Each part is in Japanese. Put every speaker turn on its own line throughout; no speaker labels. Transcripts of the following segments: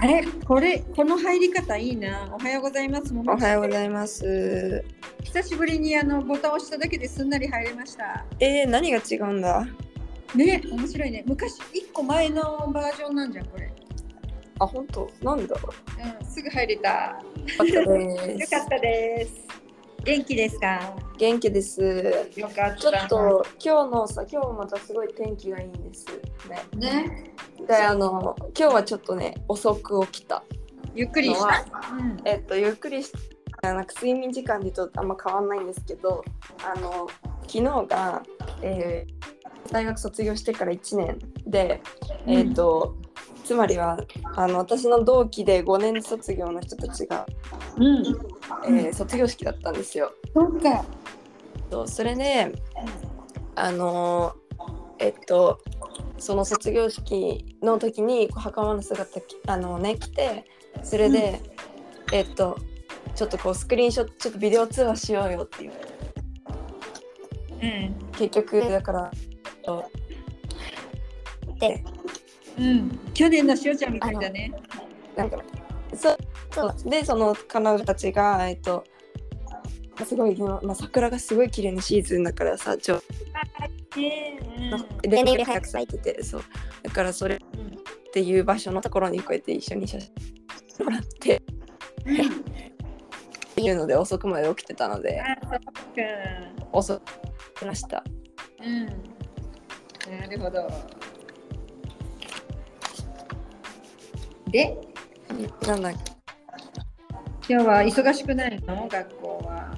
あれ、この入り方いいな。おはようございます。
おはようございます。
久しぶりにボタンを押しただけですんなり入れました。
何が違うんだ
ね、面白いね。昔、1個前のバージョンなんじゃん、これ。
あ、本当なんだ
すぐ入れた。
よかったです。
よかったです。元気ですか？
元気です。
よかった。
ちょっと今日またすごい天気がいいんです
ね。
で、今日はちょっとね、遅く起きた。
ゆっくりした。
ゆっくりした。なんか睡眠時間で言うとあんま変わんないんですけど、昨日が、大学卒業してから1年で、つまりは私の同期で5年卒業の人たちが、卒業式だったんですよ。
そうか。
それでその卒業式の時に袴の姿着て、それで、ちょっとこうスクリーンショット、ちょっとビデオ通話しようよっていう、結局だからで、
去年のしおちゃんみたいだね。
なんかそうで、その彼女たちがすごい桜がすごい綺麗なシーズンだからさ、連絡早く咲いてて、そうだからそれっていう場所のところにこうやって一緒に写真もらってっていうので遅くまで起きてたので、遅くました。
なるほど。で、
なんだっけ、
今日は忙しくないの？学校は。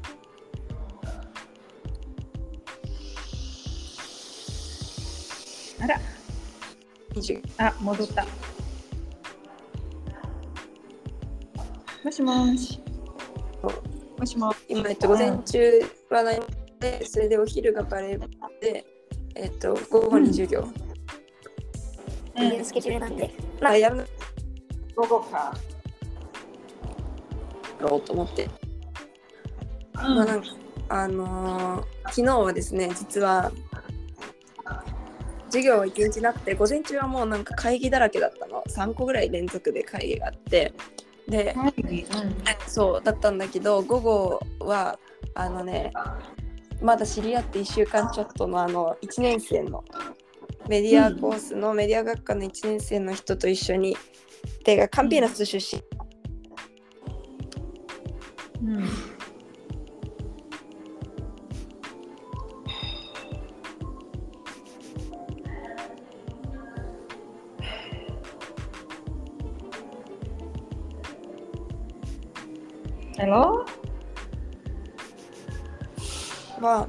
あら。戻った。もしもし。もしもし。
今午前中はないので、それでお昼がバレーボールで、午後に授業。っていうスケジュールなんで、やるの
午後か。
やろうと思って。なんか昨日はですね、実は授業は1日なくて、午前中はもうなんか会議だらけだったの。3個ぐらい連続で会議があって、で、そうだったんだけど、午後はまだ知り合って1週間ちょっとの1年生のメディアコースのメディア学科の1年生の人と一緒に、でカンピーナス出身、は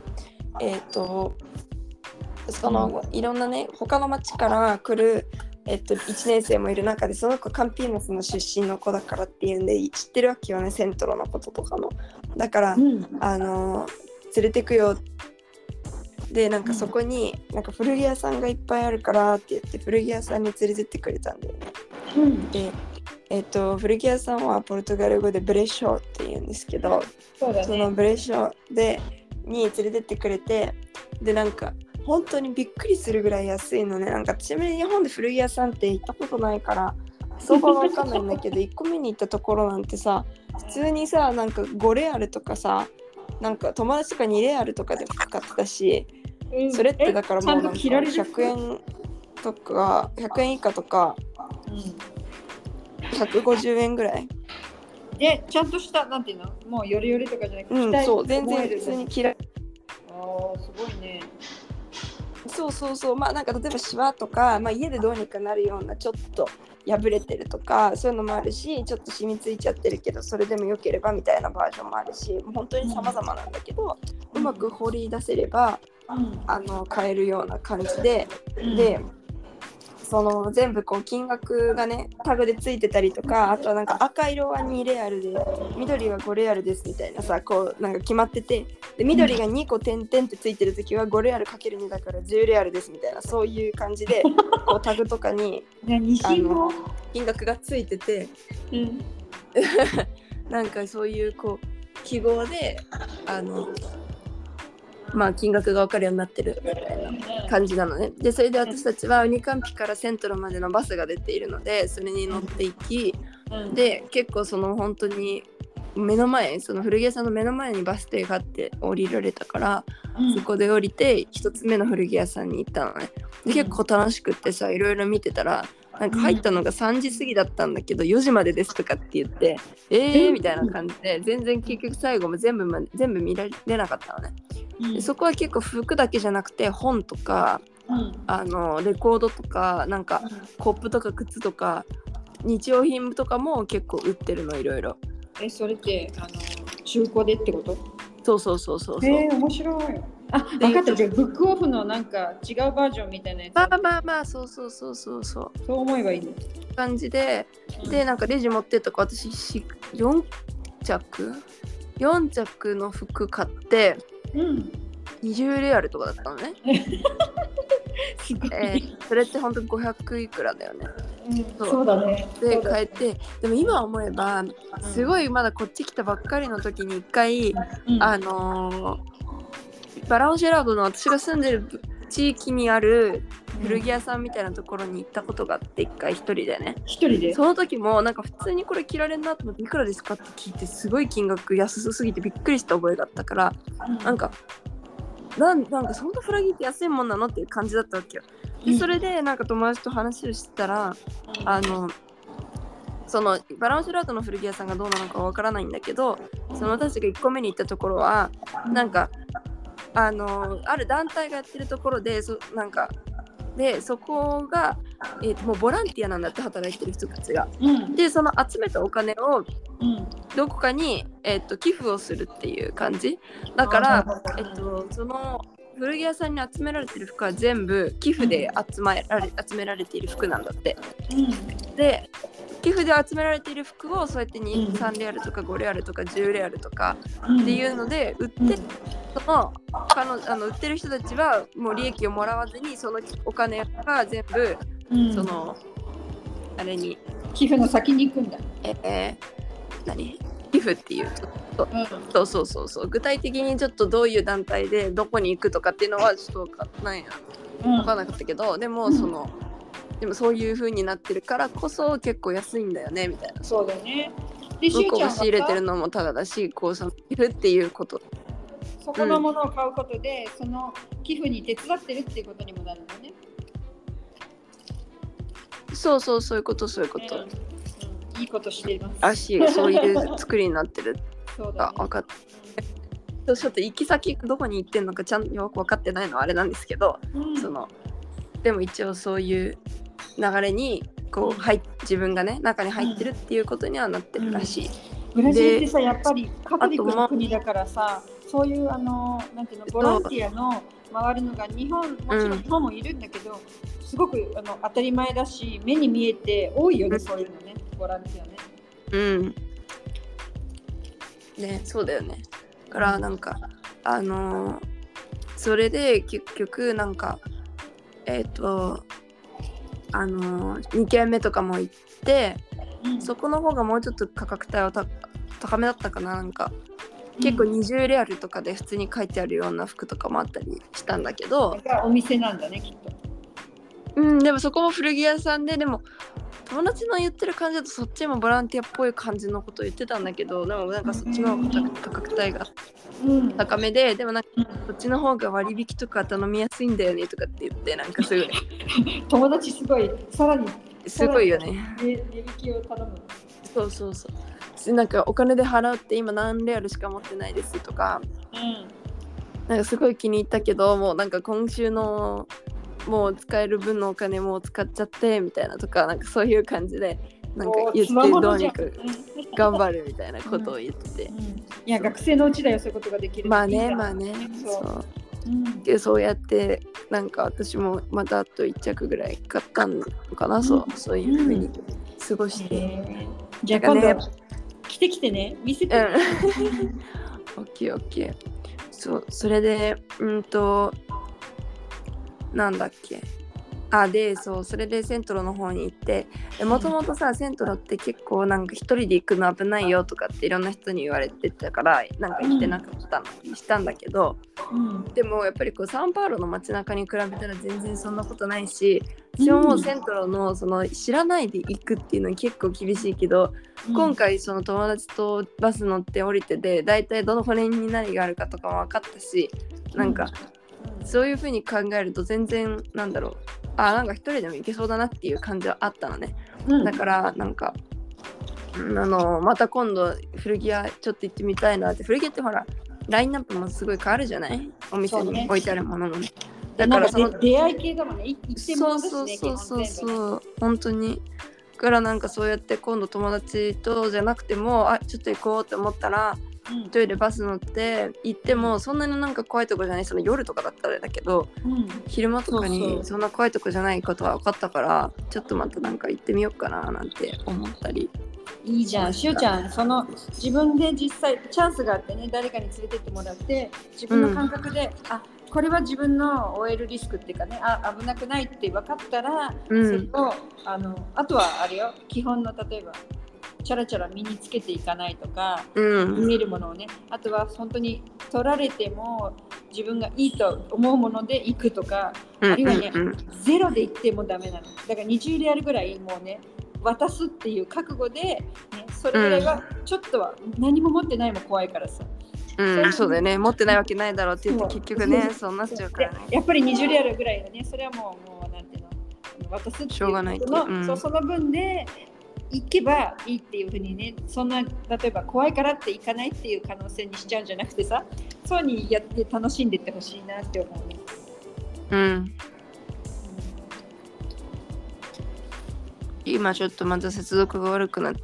そのいろんなね、他の町から来る、1年生もいる中で、その子カンピーナスの出身の子だからっていうんで知ってるわけよね、セントロのこととかの。だから、連れてくよで、なんかそこになんか古着屋さんがいっぱいあるからって言って古着屋さんに連れてってくれたんだよね。で、古着屋さんはポルトガル語でブレショーって言うんですけど、そのブレショーに連れてってくれて、でなんか本当にびっくりするぐらい安いのね。なんかちなみに日本で古着屋さんって行ったことないから相場わかんないんだけど1個目に行ったところなんてさ、普通にさ、なんか5レアルとかさ、なんか友達とか2レアルとかで買ってたし、それってだからもうなんか100円とか100円以下とか、150円ぐらい
で、ちゃんとしたなんていうの、もうよりよりとかじゃなくて、
そう全然普通に着られる。
すごいね。
そう、なんか例えばシワとか、家でどうにかなるようなちょっと破れてるとかそういうのもあるし、ちょっと染みついちゃってるけどそれでも良ければみたいなバージョンもあるし、本当に様々なんだけど、うまく掘り出せれば、買えるような感じで、でその全部こう金額がねタグでついてたりとか、あとはなんか赤色は2レアルで緑は5レアルですみたいなさ、こうなんか決まってて、で緑が2個点々ってついてるときは5レアル ×2 だから10レアルですみたいな、そういう感じでこうタグとかに金額がついてて、なんかそういうこう記号でまあ金額が分かるようになってるみたいな感じなのね。でそれで私たちはウニカンピからセントロまでのバスが出ているのでそれに乗っていき、で結構その本当に目の前その古着屋さんの目の前にバス停があって降りられたから、そこで降りて一つ目の古着屋さんに行ったのね。で結構楽しくってさいろいろ見てたらなんか入ったのが3時過ぎだったんだけど4時までですとかって言ってみたいな感じで全然結局最後も全部見られなかったのね。でそこは結構服だけじゃなくて本とか、レコードとかなんかコップとか靴とか日用品とかも結構売ってるのいろいろ。
それって中古でってこと？
そう。
面白い。分かった。じゃあブックオフのなんか違うバージョンみたいなやつ。
まあそう
そう思えばいいね。
感じで、でなんかレジ持ってとか私4着の服買って、20レアルとかだったのね。
すごい。
それって本当に500いくらだよね。
そうだね。
で買えて、でも今思えばすごいまだこっち来たばっかりの時に一回、バランシェラードの私が住んでる地域にある古着屋さんみたいなところに行ったことがあって一回一人でね。
一人で？
その時もなんか普通にこれ着られんなと思っていくらですかって聞いてすごい金額安すぎてびっくりした覚えがあったから、なんかそんな古着って安いもんなのっていう感じだったわけよ。でそれでなんか友達と話をしてたら、そのバランシェラードの古着屋さんがどうなのかわからないんだけど、その私が1個目に行ったところはなんかある団体がやってるところでそこが、もうボランティアなんだって働いてる人たちが、でその集めたお金をどこかに、寄付をするっていう感じだから、その古着屋さんに集められてる服は全部寄付で集められている服なんだって、で寄付で集められている服をそうやって3レアルとか5レアルとか10レアルとかっていうので売って、売ってる人たちはもう利益をもらわずにそのお金が全部、そのあれに
寄付の先に行くんだ。
寄付っていうそう具体的にちょっとどういう団体でどこに行くとかっていうのはちょっと分からなかったけど、でもでもそういう風になってるからこそ結構安いんだよねみたいな。
そうだね。で
向こうが仕入れてるのもただだし、こうその寄付っていうこと、
そこのものを買うことで、その寄付に手伝ってるっていうことにもなるんだね。
そういうこと、
いいことしています。
そういう作りになってるが分かって、ちょっと行き先どこに行ってんのかちゃんとよく分かってないのはあれなんですけど、でも一応そういう流れにこう自分がね中に入ってるっていうことにはなってるらしい。
ブラジルってさやっぱりカトリックの国だからさ、そういうなんていうのボランティアの回るのがもちろん日本もいるんだけど、すごく当たり前だし目に見えて多いよね、そういうのね、ボランティアね。
ね、そうだよね。だからなんかそれで結局なんか2軒目とかも行って、そこの方がもうちょっと価格帯は高めだったかな。なんか結構20レアルとかで普通に書いてあるような服とかもあったりしたんだけど、
お店なんだねきっ
と。でもそこも古着屋さんでも友達の言ってる感じだとそっちもボランティアっぽい感じのことを言ってたんだけど、でもなんかそっちの価格帯が高めで、でもなんかそっちの方が割引とか頼みやすいんだよねとかって言って、なんかすごい
友達すごいさらに
すごいよね。
値引きを頼む。
そうなんかお金で払うって今何レアルしか持ってないですとか、なんかすごい気に入ったけどもうなんか今週のもう使える分のお金もう使っちゃってみたいなとか、なんかそういう感じでなんか言ってどうにか頑張るみたいなことを言ってて、
いや学生のうちだよそういうことができる。
まあねそうやってなんか私もまたあと1着ぐらい買ったのかな、そういう風に過ごして、
じゃあ今度来てね、見せてね。
オッケー。それでなんだっけ、 でそうそれでセントロの方に行ってもともとさセントロって結構なんか一人で行くの危ないよとかっていろんな人に言われてたからなんか行ってなかったのしたんだけど、でもやっぱりこうサンパウロの街中に比べたら全然そんなことないし私もセントロのその知らないで行くっていうのは結構厳しいけど、今回その友達とバス乗って降りてでだいたいどの辺に何があるかとかも分かったしなんかそういう風に考えると全然なんだろうなんか一人でも行けそうだなっていう感じはあったのね、だからなんかまた今度古着屋ちょっと行ってみたいなって。古着屋ってほらラインナップもすごい変わるじゃない、お店に置いてあるものもね。
だからその出会い系だもんね。行ってもですね。
そう本当に。だからなんかそうやって今度友達とじゃなくてもちょっと行こうって思ったら一人でバス乗って行ってもそんなになんか怖いとこじゃない。その夜とかだったらだけど、昼間とかにそんな怖いとこじゃないことは分かったからちょっとまたなんか行ってみようかななんて思ったり。
いいじゃん、しゅうちゃん。その自分で実際チャンスがあってね、誰かに連れてってもらって自分の感覚で、これは自分の OL リスクっていうかね、危なくないって分かったら、それとあとはあれよ、基本の例えばチャラチャラ身につけていかないとか、見えるものをね、あとは本当に取られても自分がいいと思うもので行くとか、あるいはね、ゼロで行ってもダメなの。だから20リアルぐらいもうね渡すっていう覚悟で、ね、それぐらいはちょっとは何も持ってないも怖いからさ。
そうだよね。持ってないわけないだろうって言って結局ねそうなっちゃうからね。
やっぱり20リアルぐらいだね。それはもうなんていうの、渡すっていう
しょうがないっていう、
その分で行けばいいっていうふうにね、そんな例えば怖いからって行かないっていう可能性にしちゃうんじゃなくてさ、そうにやって楽しんでいってほしいなって思うね。
今ちょっとまた接続が悪くなった。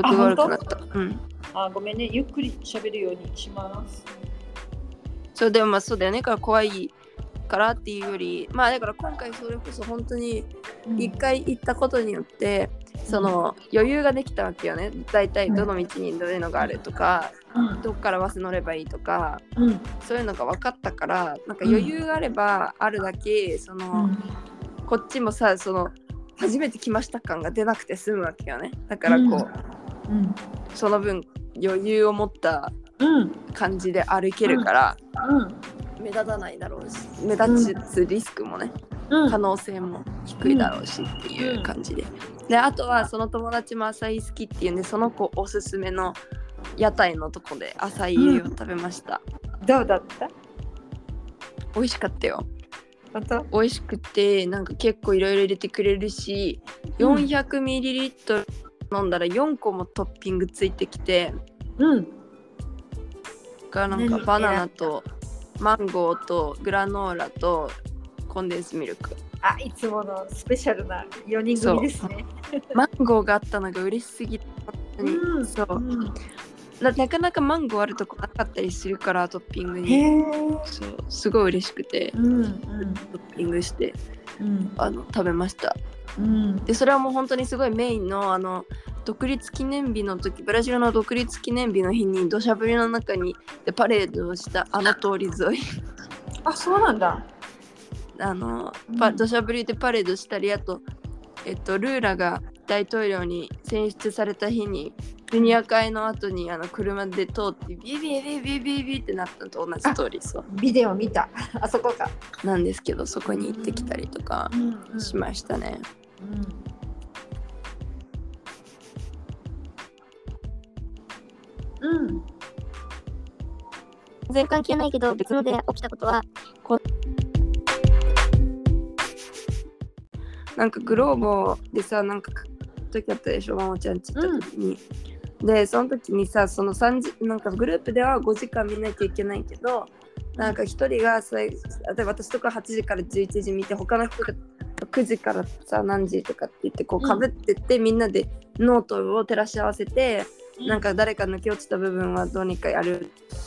ごめんね、ゆっくり喋るようにします。
そうでもそうだよね。から怖いからっていうよりだから今回それこそ本当に一回行ったことによって、その余裕ができたわけよね。だいたいどの道にどういうのがあるとか、どっからバス乗ればいいとか、そういうのが分かったからなんか余裕があればあるだけその、こっちもさその初めて来ました感が出なくて済むわけよね。だからこう、その分余裕を持った感じで歩けるから、目立たないだろうし、目立つリスクもね、可能性も低いだろうしっていう感じで、であとはその友達もアサイ好きっていうんでその子おすすめの屋台のとこでアサイを食べました。
どうだった？
美味しかったよ。美味しくてなんか結構いろいろ入れてくれるし、400ml 飲んだら4個もトッピングついてきて、がなんかバナナとマンゴーとグラノーラとコンデンスミルク。
いつものスペシャルな4人組ですね。
マンゴーがあったのが嬉しすぎて、なかなかマンゴーあるとこなかったりするからトッピングにそうすごい嬉しくて、トッピングして、食べました、でそれはもう本当にすごいメインの独立記念日の時、ブラジルの独立記念日の日に土砂降りの中にでパレードをした通り沿い
そうなんだ。
土砂降りでパレードしたり、あとルーラが大統領に選出された日にジュニア会の後に車で通ってビビビビビビってなったのと同じ通り
ビデオ見た。あそこか
なんですけど、そこに行ってきたりとかしましたね。
全然関係ないけど別ので起きたことは
なんかグローボでさ、なんか時あったでしょ、ママちゃんち行った時に、でその時にさ、そのなんかグループでは5時間見なきゃいけないけど、なんか一人が例えば私とか8時から11時見て、他の人が9時からさ何時とかって言ってこうかぶってって、みんなでノートを照らし合わせて、なんか誰か抜け落ちた部分はどうにかやる、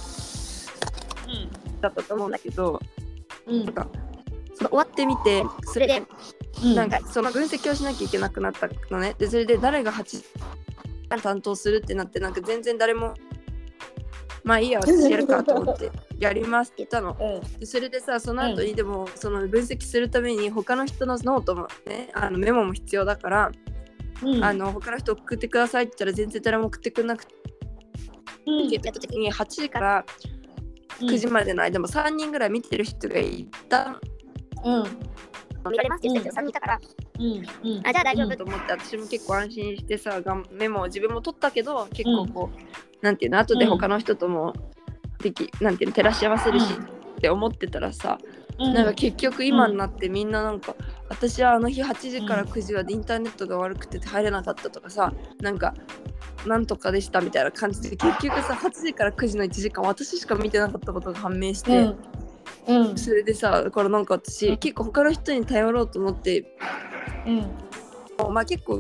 だったと思うんだけど、なんかその終わってみて、それでなんかその分析をしなきゃいけなくなったのね。でそれで誰が8時間担当するってなって、なんか全然誰もまあいいや私やるかと思ってやりますって言ったの。
うん
でそれでさ、その後にでも、その分析するために他の人のノートもね、メモも必要だから、
うん
他の人送ってくださいって言ったら全然誰も送ってくれなくて、やった時に8時から9時までの間も3人ぐらい見てる人がいた。
見られますって言ってた人3人いたから、
あ、
じゃあ大丈夫
と思って、私も結構安心してさ、メモを自分も取ったけど、結構こう、なんていうの、後で他の人ともなんていうの、照らし合わせるしって思ってたらさ、なんか結局今になってみんななんか、私はあの日8時から9時はインターネットが悪くて入れなかったとかさ、なんかなんとかでしたみたいな感じで、結局さ8時から9時の1時間私しか見てなかったことが判明して、それでさ、だからなんか私、結構他の人に頼ろうと思って、まあ結構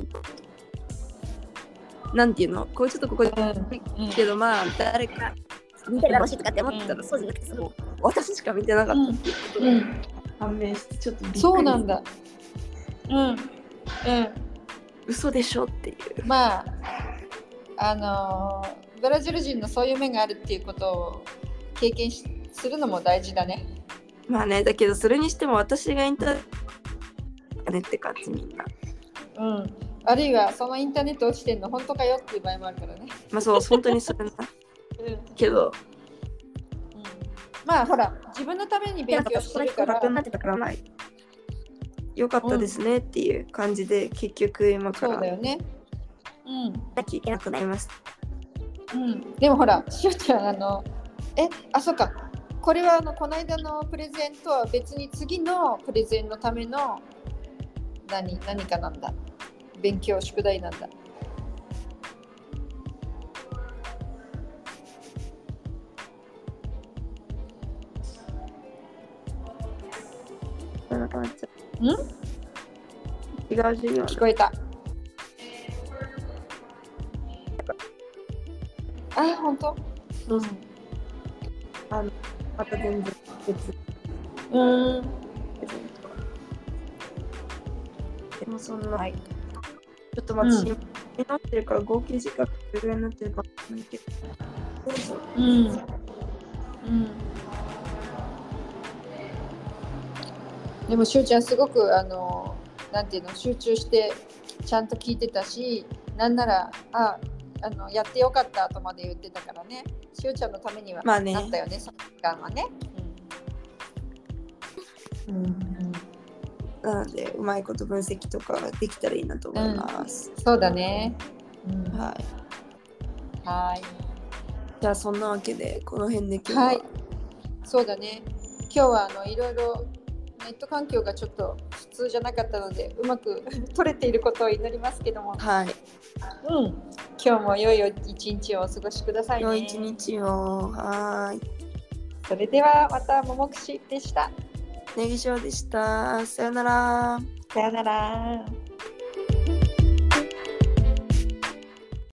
なんていうの、こうちょっとここで、けどまあ誰か
見てるだろうしとかって思ってたら、そうじゃなくて、
私しか見てなかったっていうことが判明して、ちょっとびっくり。
そうなんだ。
嘘でしょっていう。
まあブラジル人のそういう面があるっていうことを経験するのも大事だね。
まあね、だけどそれにしても私がインターネットねって感じ、みんな。
あるいはそのインターネット落ちてんの本当かよっていう場合もあるからね。
まあそう、本当にそれな。けど、
まあほら、自分のために勉強してるから。
よかったですねっていう感じで、結局今から。
そうだよね。
なきゃいけなくなりました。
でもほら、しおちゃん、そうか。これはこの間のプレゼンとは別に次のプレゼンのための何かなんだ。勉強宿題なんだ。
違う授業。
聞こえた。あ、本当？
また全然別。でもそんな、ちょっと待って、になってるから合計時間どれぐらいになってるかないけど。
でもしゅうちゃんすごくなんていうの、集中してちゃんと聞いてたし、なんならやってよかったとまで言ってたからね。しゅうちゃんのためにはなったよね、その時間はね。
なのでうまいこと分析とかできたらいいなと思います。
そうだね。
はい。じゃあそんなわけでこの辺で今日は。はい。
そうだね。今日はいろいろネット環境がちょっと普通じゃなかったのでうまく取れていることを祈りますけども。
はい。
今日も良い一日をお過ごしくださいね。
良い一日を。はい。
それではまたももくしでした。
ねぎしょうでした。さよなら。
さよなら。